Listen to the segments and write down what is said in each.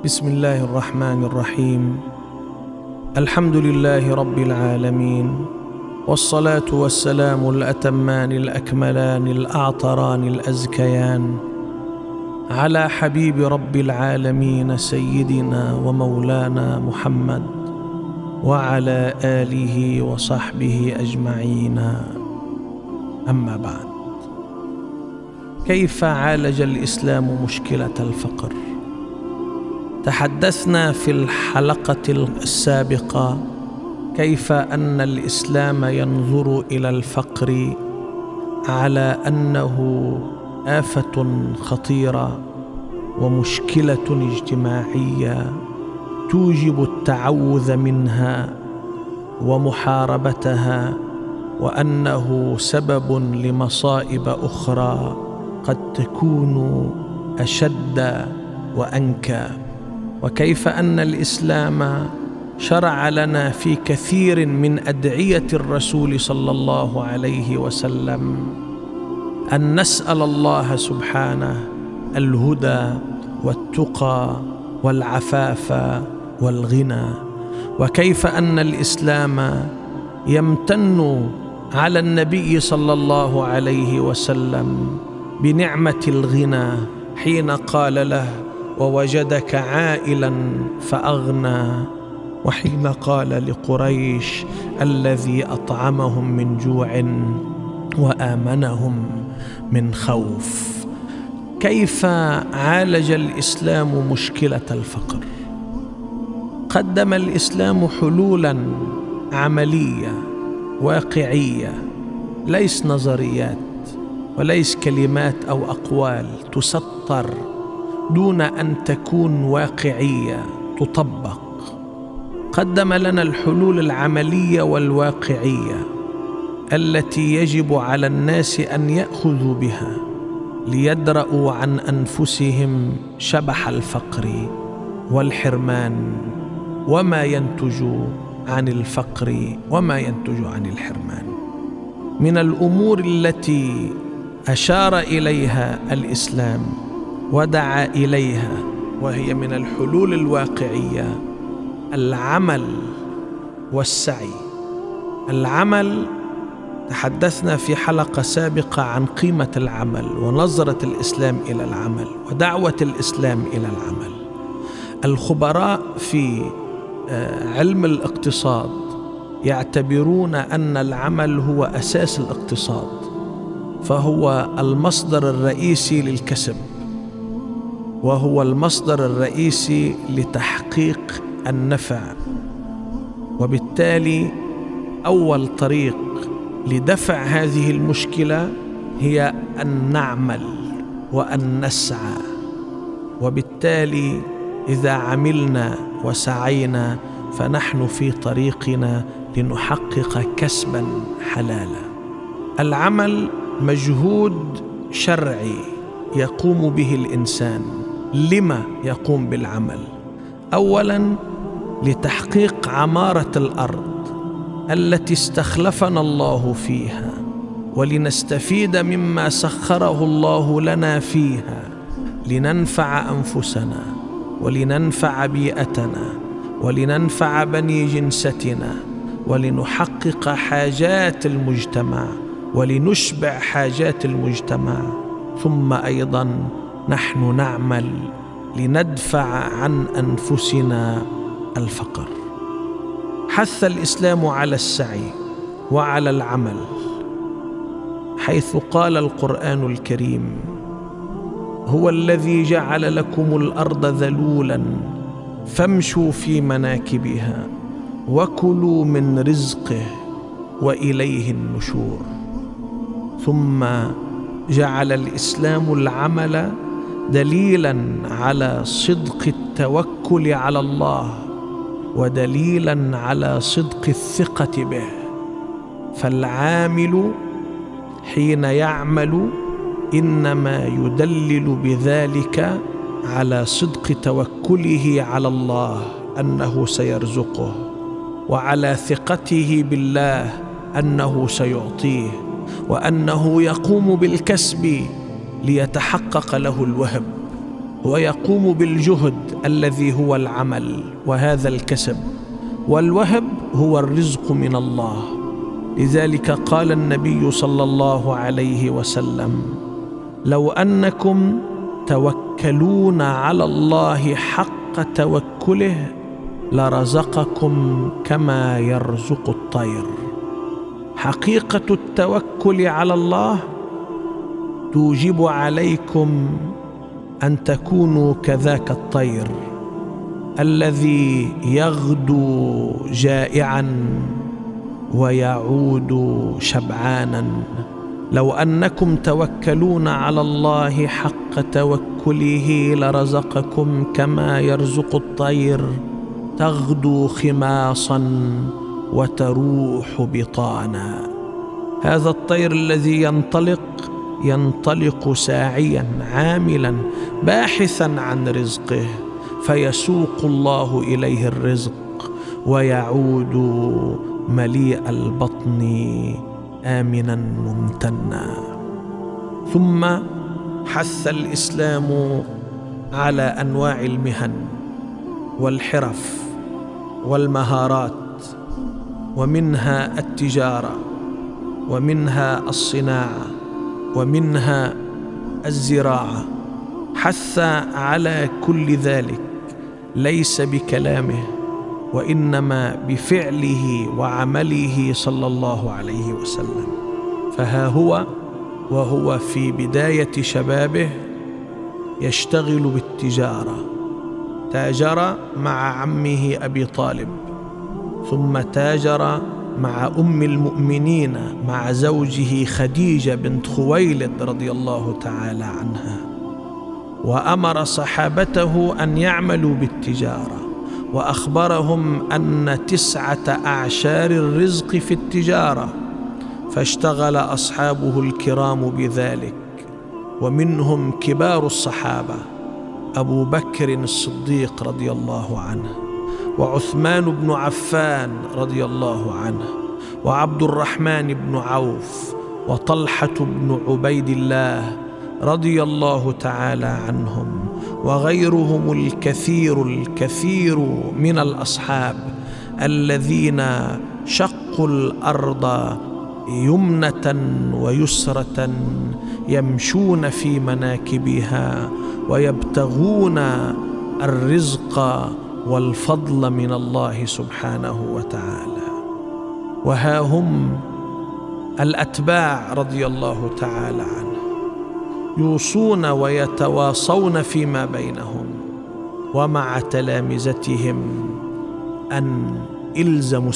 بسم الله الرحمن الرحيم. الحمد لله رب العالمين، والصلاة والسلام الأتمان الأكملان الأعطران الأزكيان على حبيب رب العالمين سيدنا ومولانا محمد وعلى آله وصحبه أجمعين. أما بعد، كيف عالج الإسلام مشكلة الفقر؟ تحدثنا في الحلقة السابقة كيف أن الإسلام ينظر إلى الفقر على أنه آفة خطيرة ومشكلة اجتماعية توجب التعوذ منها ومحاربتها، وأنه سبب لمصائب أخرى قد تكون أشد وأنكى، وكيف أن الإسلام شرع لنا في كثير من أدعية الرسول صلى الله عليه وسلم أن نسأل الله سبحانه الهدى والتقى والعفاف والغنى، وكيف أن الإسلام يمتن على النبي صلى الله عليه وسلم بنعمة الغنى حين قال له: ووجدك عائلا فأغنى، وحين قال لقريش: الذي أطعمهم من جوع وآمنهم من خوف. كيف عالج الإسلام مشكلة الفقر؟ قدم الإسلام حلولا عملية واقعية، ليس نظريات وليس كلمات أو أقوال تسطر دون أن تكون واقعية تطبق. قدم لنا الحلول العملية والواقعية التي يجب على الناس أن يأخذوا بها ليدرأوا عن أنفسهم شبح الفقر والحرمان وما ينتج عن الفقر وما ينتج عن الحرمان. من الأمور التي أشار إليها الإسلام ودعا إليها وهي من الحلول الواقعية العمل والسعي. العمل، تحدثنا في حلقة سابقة عن قيمة العمل ونظرة الإسلام إلى العمل ودعوة الإسلام إلى العمل. الخبراء في علم الاقتصاد يعتبرون أن العمل هو أساس الاقتصاد، فهو المصدر الرئيسي للكسب، وهو المصدر الرئيسي لتحقيق النفع، وبالتالي أول طريق لدفع هذه المشكلة هي أن نعمل وأن نسعى. وبالتالي إذا عملنا وسعينا فنحن في طريقنا لنحقق كسبا حلالا. العمل مجهود شرعي يقوم به الإنسان. لما يقوم بالعمل؟ أولا، لتحقيق عمارة الأرض التي استخلفنا الله فيها، ولنستفيد مما سخره الله لنا فيها، لننفع أنفسنا ولننفع بيئتنا ولننفع بني جنستنا، ولنحقق حاجات المجتمع ولنشبع حاجات المجتمع. ثم أيضا نحن نعمل لندفع عن أنفسنا الفقر. حث الإسلام على السعي وعلى العمل، حيث قال القرآن الكريم: هو الذي جعل لكم الأرض ذلولا فامشوا في مناكبها وكلوا من رزقه وإليه النشور. ثم جعل الإسلام العمل دليلا على صدق التوكل على الله ودليلا على صدق الثقة به، فالعامل حين يعمل إنما يدلل بذلك على صدق توكله على الله أنه سيرزقه، وعلى ثقته بالله أنه سيعطيه، وأنه يقوم بالكسب ليتحقق له الوهب. ويقوم بالجهد الذي هو العمل وهذا الكسب، والوهب هو الرزق من الله. لذلك قال النبي صلى الله عليه وسلم: لو أنكم توكلون على الله حق توكله لرزقكم كما يرزق الطير. حقيقة التوكل على الله توجب عليكم أن تكونوا كذاك الطير الذي يغدو جائعا ويعود شبعانا. لو أنكم توكلون على الله حق توكله لرزقكم كما يرزق الطير تغدو خماصا وتروح بطانا. هذا الطير الذي ينطلق ساعيا عاملا باحثا عن رزقه، فيسوق الله إليه الرزق ويعود مليء البطن آمنا ممتنا. ثم حث الإسلام على أنواع المهن والحرف والمهارات، ومنها التجارة، ومنها الصناعة، ومنها الزراعة. حث على كل ذلك ليس بكلامه وإنما بفعله وعمله صلى الله عليه وسلم. فها هو وهو في بداية شبابه يشتغل بالتجارة، تاجر مع عمه أبي طالب، ثم تاجر مع أم المؤمنين مع زوجه خديجة بنت خويلد رضي الله تعالى عنها، وأمر صحابته أن يعملوا بالتجارة، وأخبرهم أن 9 أعشار الرزق في التجارة، فاشتغل أصحابه الكرام بذلك، ومنهم كبار الصحابة أبو بكر الصديق رضي الله عنه، وعثمان بن عفان رضي الله عنه، وعبد الرحمن بن عوف، وطلحة بن عبيد الله رضي الله تعالى عنهم، وغيرهم الكثير من الأصحاب الذين شقوا الأرض يمنة ويسرة يمشون في مناكبها ويبتغون الرزق والفضل من الله سبحانه وتعالى. وها هم الأتباع رضي الله تعالى عنهم يوصون ويتواصون فيما بينهم ومع تلامذتهم أن إلزموا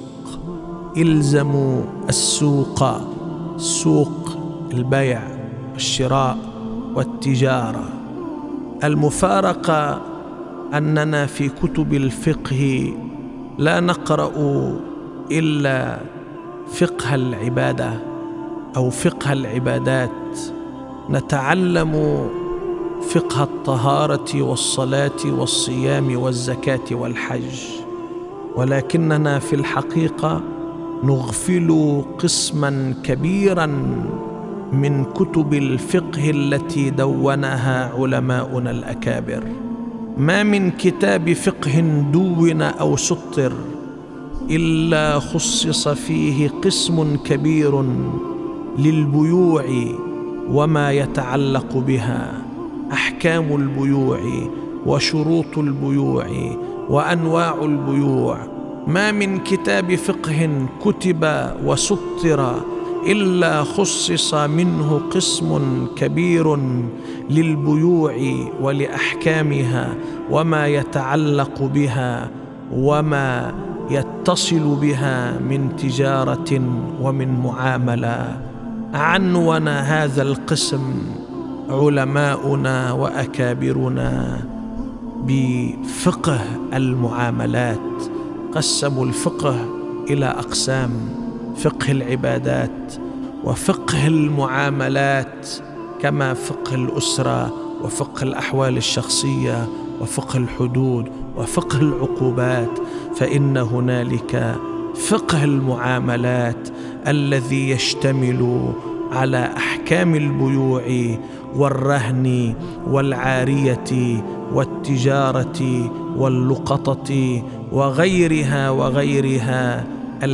السوق، سوق البيع والشراء والتجارة. المفارقة أننا في كتب الفقه لا نقرأ إلا فقه العبادة أو فقه العبادات، نتعلم فقه الطهارة والصلاة والصيام والزكاة والحج، ولكننا في الحقيقة نغفل قسما كبيرا من كتب الفقه التي دونها علماؤنا الأكابر. ما من كتاب فقه دون أو سطر إلا خصص فيه قسم كبير للبيوع وما يتعلق بها، أحكام البيوع وشروط البيوع وأنواع البيوع. ما من كتاب فقه كتب وسطر إلا خصص منه قسم كبير للبيوع ولأحكامها وما يتعلق بها وما يتصل بها من تجارة ومن معاملة. عنون هذا القسم علماؤنا وأكابرنا بفقه المعاملات. قسموا الفقه إلى أقسام: فقه العبادات، وفقه المعاملات، كما فقه الأسرة، وفقه الأحوال الشخصية، وفقه الحدود، وفقه العقوبات. فإن هنالك فقه المعاملات الذي يشتمل على أحكام البيوع والرهن والعارية والتجارة واللقطة وغيرها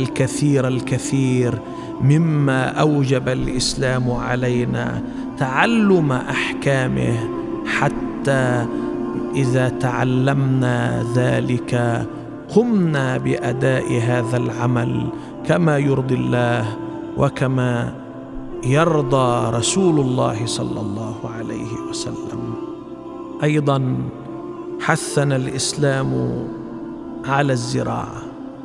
الكثير مما أوجب الإسلام علينا تعلم أحكامه، حتى إذا تعلمنا ذلك قمنا بأداء هذا العمل كما يرضي الله وكما يرضى رسول الله صلى الله عليه وسلم. أيضا حثنا الإسلام على الزراعة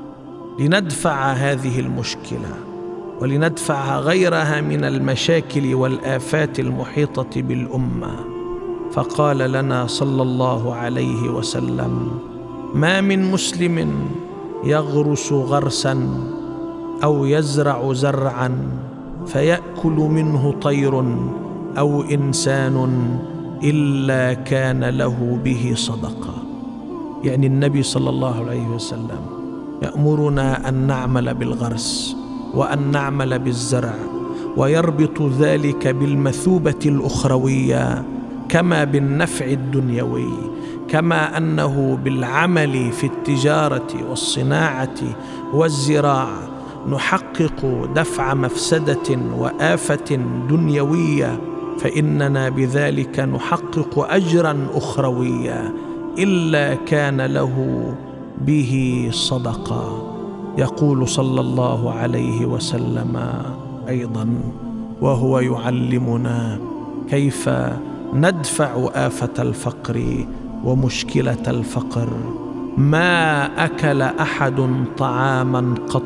لندفع هذه المشكلة ولندفع غيرها من المشاكل والآفات المحيطة بالأمة، فقال لنا صلى الله عليه وسلم: ما من مسلم يغرس غرسا أو يزرع زرعا فيأكل منه طير أو إنسان إلا كان له به صدقة. يعني النبي صلى الله عليه وسلم يأمرنا أن نعمل بالغرس وأن نعمل بالزرع، ويربط ذلك بالمثوبة الأخروية كما بالنفع الدنيوي، كما أنه بالعمل في التجارة والصناعة والزراعة نحقق دفع مفسدة وآفة دنيوية، فإننا بذلك نحقق أجرا أخرويا إلا كان له به صدقة. يقول صلى الله عليه وسلم أيضا وهو يعلمنا كيف ندفع آفة الفقر ومشكلة الفقر: ما أكل أحد طعاما قط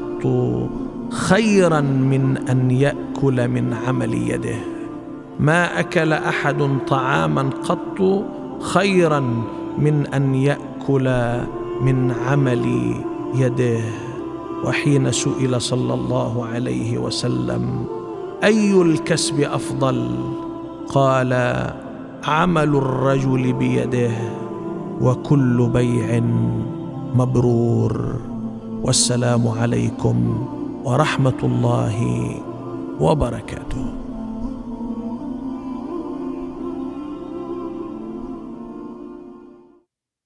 خيرا من أن يأكل من عمل يده. ما أكل أحد طعاما قط خيرا من أن يأكل من عمل يده. وحين سئل صلى الله عليه وسلم: أي الكسب أفضل؟ قال: عمل الرجل بيده، وكل بيع مبرور. والسلام عليكم ورحمة الله وبركاته.